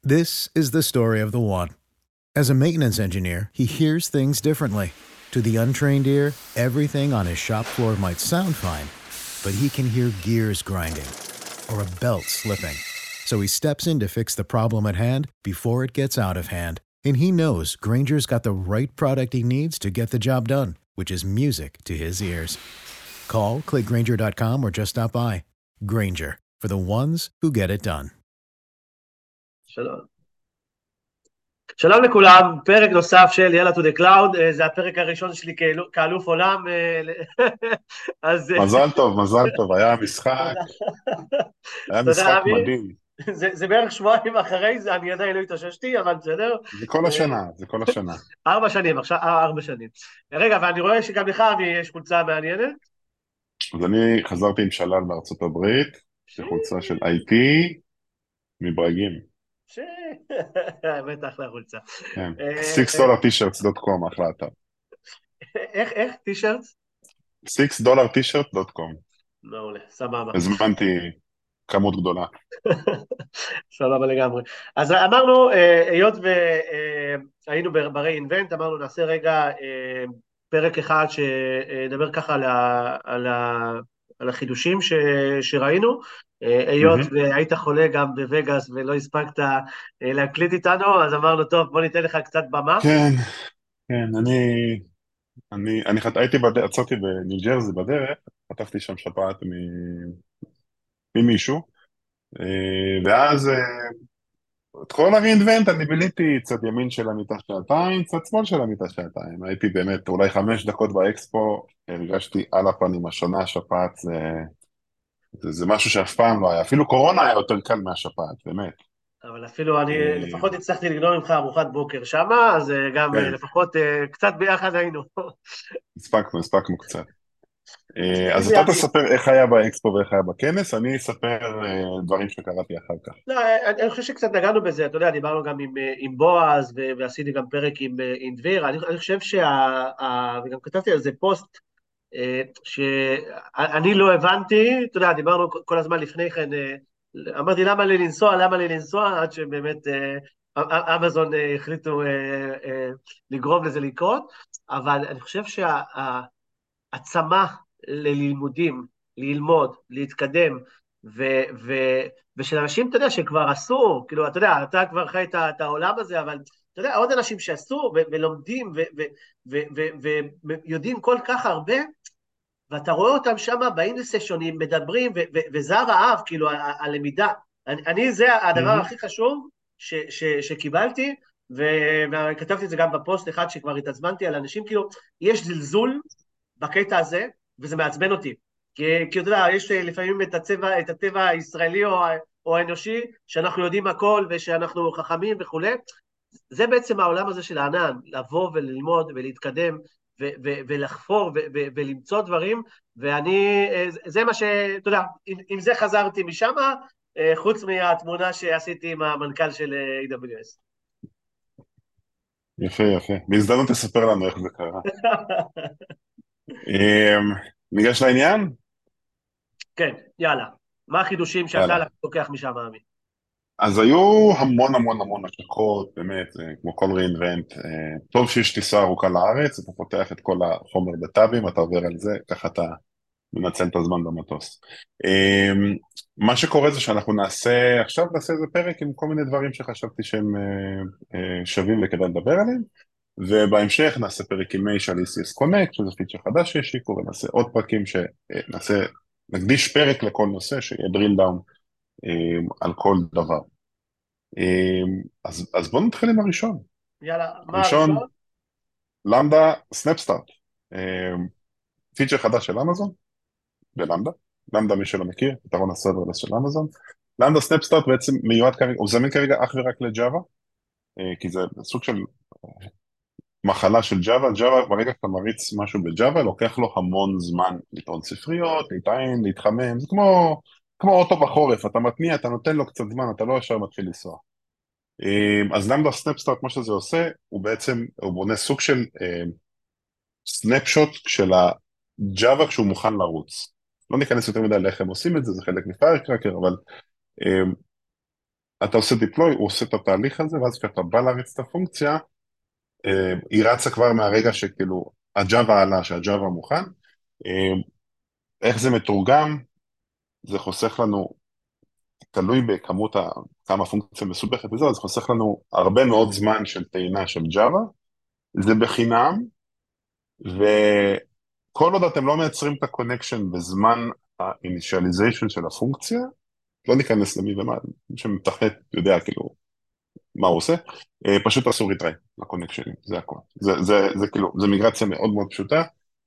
This is the story of the one. As a maintenance engineer, he hears things differently. To the untrained ear, everything on his shop floor might sound fine, but he can hear gears grinding or a belt slipping. So he steps in to fix the problem at hand before it gets out of hand. And he knows Granger's got the right product he needs to get the job done, which is music to his ears. Call, click Granger.com or just stop by. Granger, for the ones who get it done. שלום. שלום לכולם, פרק נוסף של יאללה to the cloud, זה הפרק הראשון שלי כאלוף עולם, אז... מזל טוב, היה משחק תודה רבי. מדהים. זה בערך שבועיים אחרי זה, אני עדיין לא התאוששתי, אבל בסדר. זה כל השנה. 4 שנים, עכשיו 4 שנים. רגע, ואני רואה שגם לך יש חולצה מעניינת. אז אני חזרתי עם שלל בארצות הברית, חולצה של IT מברגים. באמת אחלה חולצה. $6t-shirts.com, אחלה אתר. איך? t-shirts? $6t-shirts.com. מעולה, סבבה. הזמנתי כמות גדולה. סבבה לגמרי. אז אמרנו, היות והיינו ב-re-invent, אמרנו נעשה רגע פרק אחד שנדבר ככה על החידושים שראינו, היות והיית חולה גם בווגאס ולא הספקת להקליט איתנו, אז אמרנו טוב בוא ניתן לך קצת במה. כן, אני עצרתי בניו ג'רזי בדרך, חטפתי שם שפעת ממישהו, ואז את כל ה-reinvent אני ביליתי צד ימין של המיטה 2, צד שמאל של המיטה 2, הייתי באמת אולי 5 דקות באקספו, הרגשתי על הפנים, השנה שפעת זה משהו שאף פעם לא היה, אפילו קורונה היה יותר קל מהשפעת, באמת. אבל אפילו אני לפחות הצלחתי לגנוב ממך ארוחת בוקר שמה, אז גם לפחות קצת ביחד היינו. הספקנו קצת. אז אתה תספר איך היה באקספו ואיך היה בכנס, אני אספר דברים שקראתי אחר כך. לא, אני חושב שקצת נגענו בזה, אתה יודע, דיברנו גם עם בועז, ועשיתי גם פרק עם דביר, אני חושב וגם כתבתי על זה פוסט, שאני לא הבנתי, אתה יודע, דיברנו כל הזמן לפני כן, אמרתי למה לי לנסוע, עד שבאמת אמזון החליטו לגרום לזה לקרות, אבל אני חושב שהעצמה ללימודים, ללמוד, להתקדם, ושל אנשים, אתה יודע, שכבר עשו, כאילו, אתה יודע, אתה כבר חי את העולם הזה, אבל אתה יודע, עוד אנשים שעשו ולומדים ויודעים כל כך הרבה, ואתה רואה אותם שם באים לסשונים, מדברים, וזה הרעב, כאילו, הלמידה. אני, זה הדבר הכי חשוב שקיבלתי, וכתבתי את זה גם בפוסט אחד שכבר התעצבנתי על אנשים, כאילו, יש זלזול בקטע הזה, וזה מעצבן אותי. כי אתה יודע, יש לפעמים את הטבע הישראלי או האנושי, שאנחנו יודעים הכל, ושאנחנו חכמים וכו'. זה בעצם העולם הזה של הענן, לבוא וללמוד ולהתקדם, ולחפור ולמצוא דברים, ואני, זה מה אתה יודע, עם זה חזרתי משם, חוץ מהתמונה שעשיתי עם המנכ"ל של AWS. יפה. בהזדמנות תספר לנו איך זה קרה. ניגש לעניין? כן, יאללה. מה החידושים שאתה לוקח משם, עמי? אז היו המון השלכות, באמת, כמו כל reinvent, טוב שיש טיסה ארוכה לארץ, אתה פותח את כל החומר בטאבים, אתה עובר על זה, ככה אתה מנצל את הזמן במטוס. מה שקורה זה שאנחנו עכשיו נעשה איזה פרק עם כל מיני דברים שחשבתי שהם שווים וכדאי לדבר עליהם, ובהמשך נעשה פרק עם מי של ECS Connect, שזה פיצ'ר חדש שהשיקו, ונעשה עוד פרקים נקדיש פרק לכל נושא, שיהיה drill down על כל דבר. אז בואו נתחיל עם הראשון. יאללה, מה הראשון? למדה סנאפסטארט. פיצ'ר חדש של אמזון, למדה מי שלא מכיר, פתרון הסרברלס של אמזון. למדה סנאפסטארט בעצם מיועד כרגע, הוא זמין כרגע אך ורק לג'אווה, כי זה סוג של מחלה של ג'אווה, ברגע שאתה מריץ משהו בג'אווה, לוקח לו המון זמן לטעון ספריות, להתעין, להתחמם, זה כמו אוטו בחורף, אתה מתניע, אתה נותן לו קצת זמן, אתה לא ישר מתחיל לנסוע. אז למדה סנאפסטארט, מה שזה עושה, הוא בונה סוג של סנאפשוט של הג'אווה כשהוא מוכן לרוץ. לא ניכנס יותר מדי לאיך הם עושים את זה, זה חלק מפיירקרקר, אבל אתה עושה deploy, הוא עושה את התהליך הזה, ואז כשאתה בא להריץ את הפונקציה, היא רצה כבר מהרגע שכאילו הג'אווה עלה, שהג'אווה מוכן. איך זה מתורגם? זה חוסך לנו, תלוי בכמות כמה פונקציה מסובכת וזה, אז זה חוסך לנו הרבה מאוד זמן של טעינה של ג'אווה, זה בחינם, וכל עוד אתם לא מייצרים את הקונקשן בזמן ה-initialization של הפונקציה, לא ניכנס למי ומה, מי שמתכנת יודע כאילו מה הוא עושה, פשוט תעשו ריטריי לקונקשנים, זה הכל. זה כאילו, זה מיגרציה מאוד מאוד פשוטה,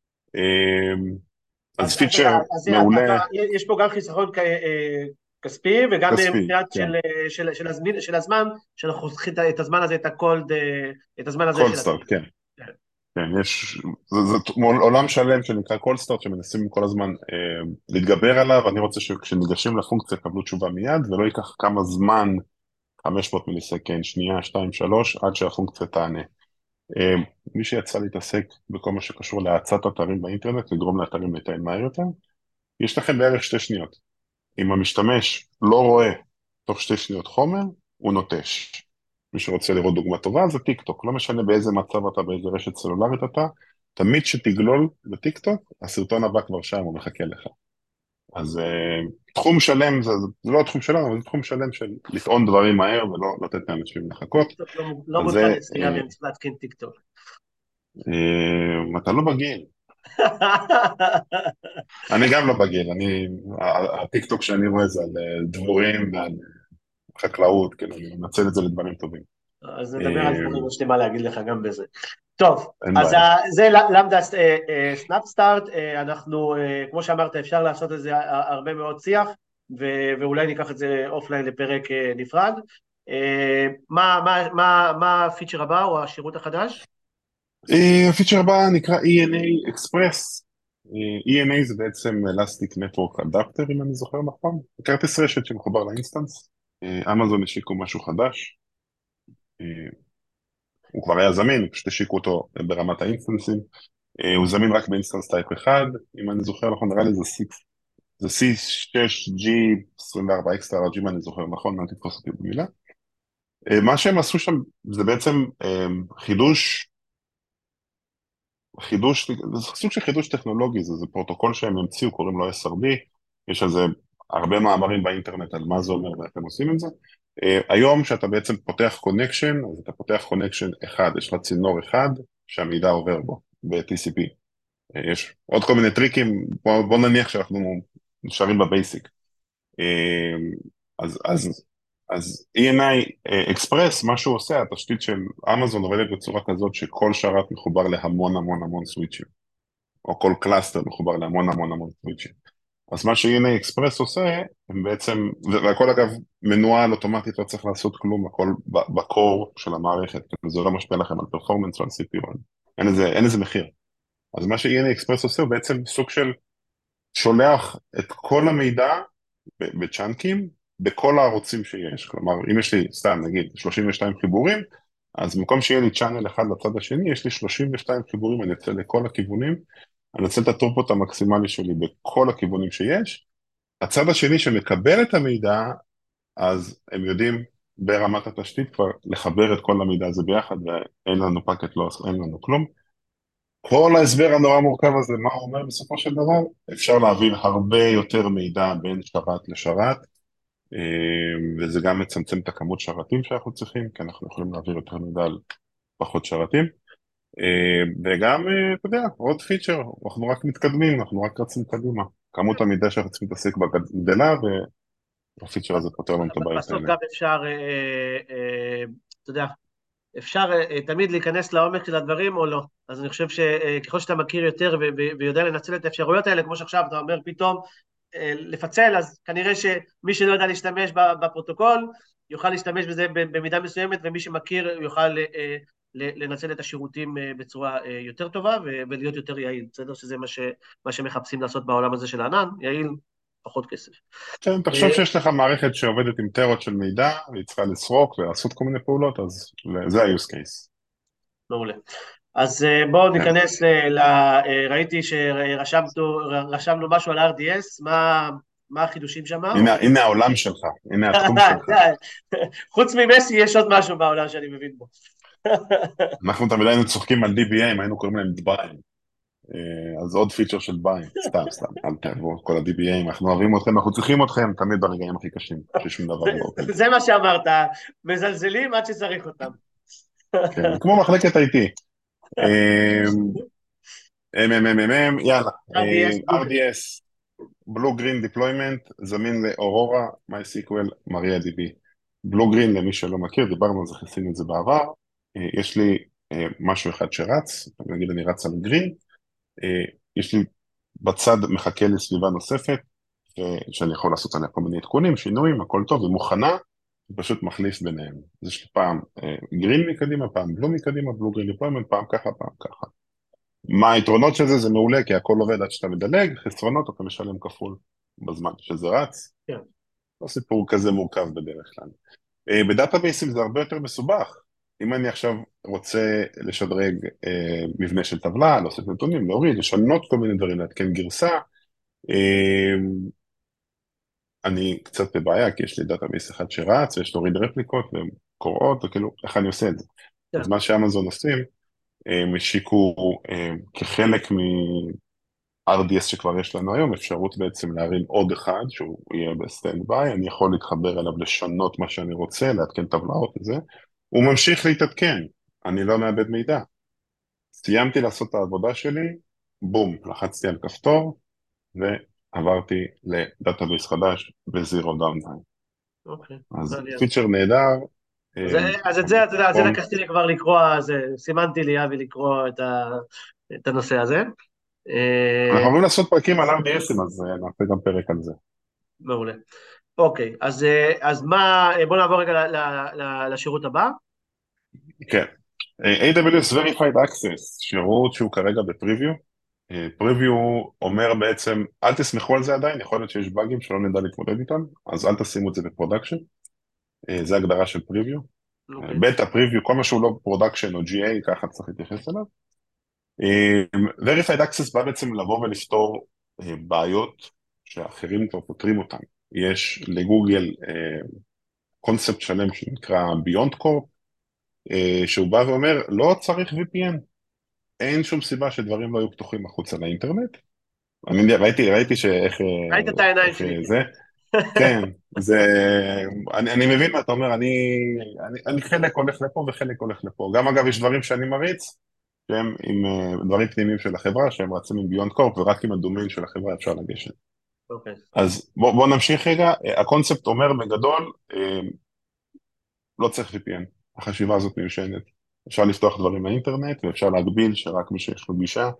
אז פיצ'ר מעולה. יש פה גם חיסכון כספי, וגם כספי, מבחינת כן. של הזמן, שאנחנו חוסכים את הזמן הזה, את הזמן הזה קולד של סטארט, כן. כן. כן, זה עולם שלם שנקרא קולד סטארט, שמנסים כל הזמן להתגבר עליו, אני רוצה שכשניגשים לפונקציה קבלו תשובה מיד, ולא ייקח כמה זמן, 500 מיליסקנד, שנייה, 2, 3, עד שהפונקציה תענה. מי שיצא להתעסק בכל מה שקשור להאצת אתרים באינטרנט, לגרום לאתרים להתען מהר יותר, יש לכם בערך 2 שניות. אם המשתמש לא רואה תוך 2 שניות חומר, הוא נוטש. מי שרוצה לראות דוגמה טובה, זה טיק טוק. לא משנה באיזה מצב אתה, באיזה רשת סלולרית אתה, תמיד שתגלול בטיק טוק, הסרטון הבא כבר שם, הוא מחכה לך. אז תחום שלם, זה לא תחום שלם, אבל זה תחום שלם של לטעון דברים מהר ולא לתת לאנשים לחכות. טיק טוק לא אז מותקן זה, אצלי, אני צריך להתקין טיק טוק. אתה לא בגיל. אני גם לא בגיל, הטיק טוק שאני רואה זה על דבורים ועל חקלאות, כאילו, אני מנצל את זה לדברים טובים. אז נדבר על דברים, יש לי מה להגיד לך גם בזה. טוב, אין אז בעיה. זה למדה סנאפסטארט, אנחנו, כמו שאמרת, אפשר לעשות את זה הרבה מאוד שיח, ואולי ניקח את זה אופליין לפרק נפרד. מה הפיצ'ר הבא או השירות החדש? הפיצ'ר הבא נקרא ENA Express. ENA זה בעצם Elastic Network Adapter, אם אני זוכר נכון. כרטיס רשת שמחובר לאינסטנס. אמזון השיקו משהו חדש. הוא כבר היה זמין, פשוט השיקו אותו ברמת האינסטנסים. הוא זמין רק באינסטנס טייפ 1, אם אני זוכר נכון, נראה לי זה C6G24 אקסטרה רג'ים, אני זוכר נכון, אל תתפוס אותי במילה. מה שהם עשו שם זה בעצם זה סוג של חידוש טכנולוגי, זה פרוטוקול שהם המציאו, קוראים לו SRB, יש על זה הרבה מאמרים באינטרנט על מה זה אומר ואיך הם עושים את זה. היום שאתה בעצם פותח קונקשן, אז אתה פותח קונקשן אחד, יש לה צינור אחד שהמידע עובר בו, ב-TCP. יש עוד כל מיני טריקים, בוא נניח שאנחנו נשארים בבייסיק. אז ENI Express, מה שהוא עושה, התשתית של אמזון עובדת בצורה כזאת שכל שרת מחובר להמון המון המון סוויצ'ים, או כל קלאסטר מחובר להמון המון המון סוויצ'ים. אז מה ש-ENA Express עושה, הם בעצם, והכל אגב מנוהל אוטומטית, לא צריך לעשות כלום, הכל בקור של המערכת, זה לא משפיע לכם על פרפורמנס או על CPU, אין איזה מחיר. אז מה ש-ENA Express עושה, הוא בעצם סוג של שולח את כל המידע בצ'אנקים, בכל הערוצים שיש. כלומר, אם יש לי, סתם נגיד, 32 חיבורים, אז במקום שיהיה לי צ'אנל אחד לצד השני, יש לי 32 חיבורים, אני אצא לכל הכיוונים, אני אצא את הטורפות המקסימלי שלי בכל הכיוונים שיש. הצד השני שמקבל את המידע, אז הם יודעים ברמת התשתית כבר לחבר את כל המידע הזה ביחד, ואין לנו פאקט לוס, אין לנו כלום. כל ההסבר הנורא מורכב הזה, מה הוא אומר בסופו של דבר? אפשר להעביר הרבה יותר מידע בין שרת לשרת, וזה גם מצמצם את הכמות שרתים שאנחנו צריכים, כי אנחנו יכולים להעביר יותר מידע על פחות שרתים, וגם, אתה יודע, עוד פיצ'ר, אנחנו רק מתקדמים, אנחנו רק רצים קדימה, כמות המידע שאנחנו צריכים להתעסק בה גדלה, והפיצ'ר הזה פותר לנו את הבעיות בסוף האלה. גם אפשר, אתה יודע, אפשר תמיד להיכנס לעומק של הדברים או לא. אז אני חושב שככל שאתה מכיר יותר ויודע לנצל את האפשרויות האלה, כמו שעכשיו אתה אומר פתאום לפצל, אז כנראה שמי שלא יודע להשתמש בפרוטוקול, יוכל להשתמש בזה במידה מסוימת, ומי שמכיר יוכל לנצל את השירותים בצורה יותר טובה ולהיות יותר יעיל. בסדר? שזה מה שמחפשים לעשות בעולם הזה של הענן, יעיל, פחות כסף. כן, תחשוב שיש לך מערכת שעובדת עם טרות של מידע, והיא צריכה לסרוק ולעשות כל מיני פעולות, אז זה ה-use case. מעולה. אז בואו ניכנס ראיתי שרשמנו משהו על RDS, מה החידושים שם? הנה העולם שלך, הנה התחום שלך. חוץ ממסי יש עוד משהו בעולם שאני מבין בו. אנחנו תמיד היינו צוחקים על DBA, היינו קוראים להם דביים. אז עוד פיצ'ר של דביים, סתם, אל תעברו, כל ה-DBA, אנחנו אוהבים אתכם, אנחנו צריכים אתכם, תמיד ברגעים הכי קשים, ששום דבר לא עובד. זה מה שאמרת, מזלזלים עד שצריך אותם. כן, כמו מחלקת IT. יאללה, RDS, Blue Green Deployment, זמין לאורורה, MySQL, MariaDB. Blue Green, למי שלא מכיר, דיברנו על זה, חיסינו את זה בעבר. יש לי משהו אחד שרץ, נגיד אני רץ על גרין, יש לי בצד מחכה לי סביבה נוספת, שאני יכול לעשות עליה כל מיני עדכונים, שינויים, הכל טוב, היא מוכנה, פשוט מחליף ביניהם. אז יש לי פעם גרין מקדימה, פעם בלו מקדימה, בלו גרין דיפלוימנט, פעם ככה, פעם ככה. מה היתרונות של זה? זה מעולה, כי הכל עובד עד שאתה מדלג, חסרונות אתה משלם כפול בזמן שזה רץ. כן. לא סיפור כזה מורכב בדרך כלל. בדאטאבייסים זה הרבה יותר מסובך. אם אני עכשיו רוצה לשדרג מבנה של טבלה, להוסיף נתונים, להוריד, לשנות כל מיני דברים, להתקן גרסה, אני קצת בבעיה, כי יש לי דאטאבייס אחד שרץ, ויש להוריד רפליקות וקוראות, וכאילו, איך אני עושה את זה? כן. אז מה שאמזון עושים, הם השיקו כחלק מ-RDS שכבר יש לנו היום, אפשרות בעצם להרים עוד אחד, שהוא יהיה בסטנד ביי, אני יכול להתחבר אליו, לשנות מה שאני רוצה, להתקן טבלאות וזה, הוא ממשיך להתעדכן, אני לא מאבד מידע. סיימתי לעשות את העבודה שלי, בום, לחצתי על כפתור, ועברתי לדאטאבייס חדש בזירו דאונטיים. אוקיי. אז פיצ'ר נהדר. אז את זה, אתה יודע, זה לקחתי לי כבר לקרוא, סימנתי לי אבי לקרוא את הנושא הזה. אנחנו יכולים לעשות פרקים על RDSים, אז נעשה גם פרק על זה. מעולה. אוקיי, אז מה, בוא נעבור רגע לשירות הבא. כן. AWS Verified Access, שירות שהוא כרגע בפריוויו. פריוויו אומר בעצם, אל תסמכו על זה עדיין, יכול להיות שיש באגים שלא נדע להתמודד איתם, אז אל תשימו את זה בפרודקשן. זה הגדרה של פריוויו. בטא, פריוויו, כל מה שהוא לא פרודקשן או GA, ככה צריך להתייחס אליו. Verified Access בא בעצם לבוא ולפתור בעיות שאחרים כבר פותרים אותם. יש לגוגל קונספט שלם שנקרא Beyond Core, שהוא בא ואומר, לא צריך VPN. אין שום סיבה שדברים לא יהיו פתוחים מחוץ על האינטרנט. אני ראיתי שאיך... ראית את העיניים שלי. זה, כן, אני מבין מה אתה אומר, אני חלק הולך לפה וחלק הולך לפה. גם אגב יש דברים שאני מריץ, שהם עם דברים פנימיים של החברה, שהם רצים עם ביונד קורפ, ורק עם הדומיין של החברה אפשר לגשת. אוקיי. אז בוא נמשיך רגע, הקונספט אומר בגדול, לא צריך VPN, החשיבה הזאת מיושנת. אפשר לפתוח דברים באינטרנט, ואפשר להגביל שרק מי שיש לו גישה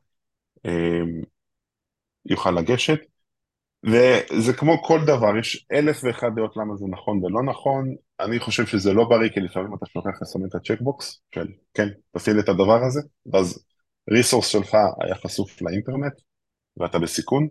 יוכל לגשת. וזה כמו כל דבר, יש 1,001 דעות למה זה נכון ולא נכון. אני חושב שזה לא בריא, כי לפעמים אתה שוכח לסמן את הצ'קבוקס של, כן, תפעיל את הדבר הזה, ואז ריסורס שלך היה חשוף לאינטרנט, ואתה בסיכון.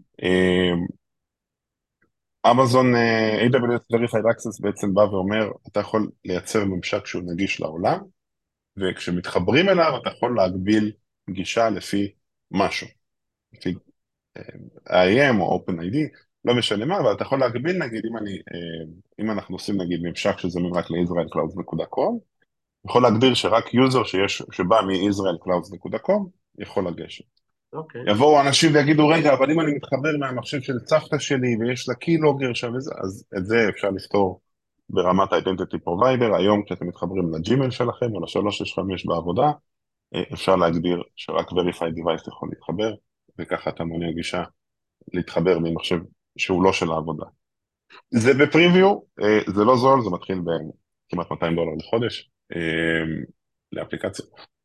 אמזון AWS Verified Access בעצם בא ואומר, אתה יכול לייצר ממשק שהוא נגיש לעולם, וכשמתחברים אליו אתה יכול להגביל גישה לפי משהו, לפי IAM או OpenID, לא משנה מה, אבל אתה יכול להגביל, נגיד, אם אנחנו עושים נגיד ממשק שזמין רק ל-israelclouds.com, יכול להגדיר שרק יוזר שבא מ-israelclouds.com יכול לגשת. אוקיי. יבואו אנשים ויגידו, רגע, אבל אם אני מתחבר מהמחשב של סבתא שלי ויש לה קיילוגר שם וזה, אז את זה אפשר לפתור ברמת ה-Identity Provider. היום כשאתם מתחברים לג'ימייל שלכם או ל-365 בעבודה, אפשר להגדיר שרק Verified Device יכול להתחבר, וככה אתה מונע גישה להתחבר ממחשב שהוא לא של העבודה. זה בפריוויו, זה לא זול, זה מתחיל בכמעט $200 לחודש לאפליקציה.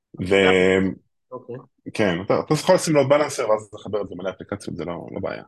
כן, אתה יכול לשים לו בלנסר ואז לחבר את זה מלא אפליקציות, זה לא בעיה.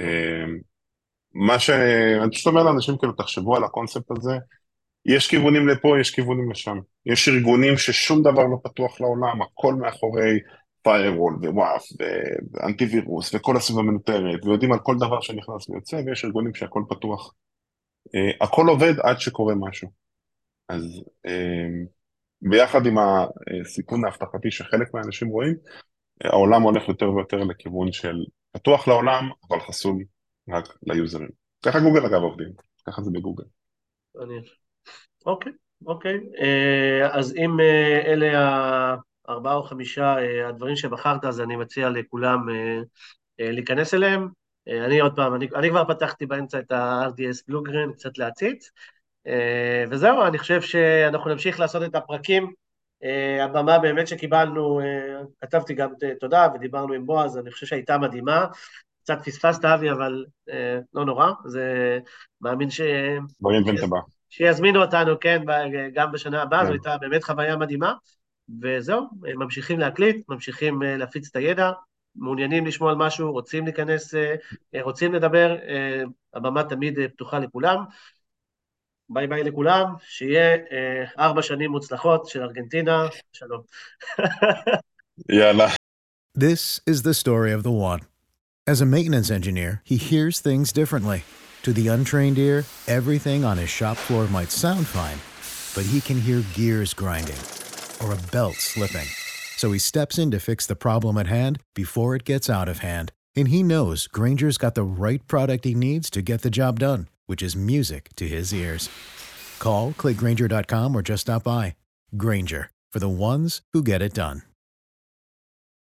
מה שאני פשוט אומר לאנשים, כאילו, תחשבו על הקונספט הזה, יש כיוונים לפה, יש כיוונים לשם. יש ארגונים ששום דבר לא פתוח לעולם, הכל מאחורי firewall ווואף ואנטיווירוס וכל הסביבה המנוטרת, ויודעים על כל דבר שנכנס ויוצא, ויש ארגונים שהכל פתוח. הכל עובד עד שקורה משהו. אז ביחד עם הסיכון ההבטחתי שחלק מהאנשים רואים, העולם הולך יותר ויותר לכיוון של פתוח לעולם, אבל חסום רק ליוזרים. ככה גוגל אגב עובדים, ככה זה בגוגל. אוקיי, אוקיי. אז אם אלה 4 או 5 הדברים שבחרת, אז אני מציע לכולם להיכנס אליהם. אני עוד פעם, אני כבר פתחתי באמצע את ה-RDS בלוגרן, קצת להציץ, וזהו, אני חושב שאנחנו נמשיך לעשות את הפרקים. הבמה באמת שקיבלנו, כתבתי גם תודה ודיברנו עם בועז, אני חושב שהייתה מדהימה, קצת פספסת אבי, אבל לא נורא, זה מאמין בואי נבין הבא. שיזמינו אותנו, כן, גם בשנה הבאה, כן. זו הייתה באמת חוויה מדהימה, וזהו, ממשיכים להקליט, ממשיכים להפיץ את הידע, מעוניינים לשמוע על משהו, רוצים להיכנס, רוצים לדבר, הבמה תמיד פתוחה לכולם. ביי ביי לכולם, שיהיה 4 שנים מוצלחות של ארגנטינה, שלום. יאללה. This is the story of the one. As a maintenance engineer, he hears things differently. To the untrained ear, everything on his shop floor might sound fine, but he can hear gears grinding or a belt slipping. So he steps in to fix the problem at hand before it gets out of hand. And he knows Grainger's got the right product he needs to get the job done, which is music to his ears. Call, click Grainger.com, or just stop by. Grainger, for the ones who get it done.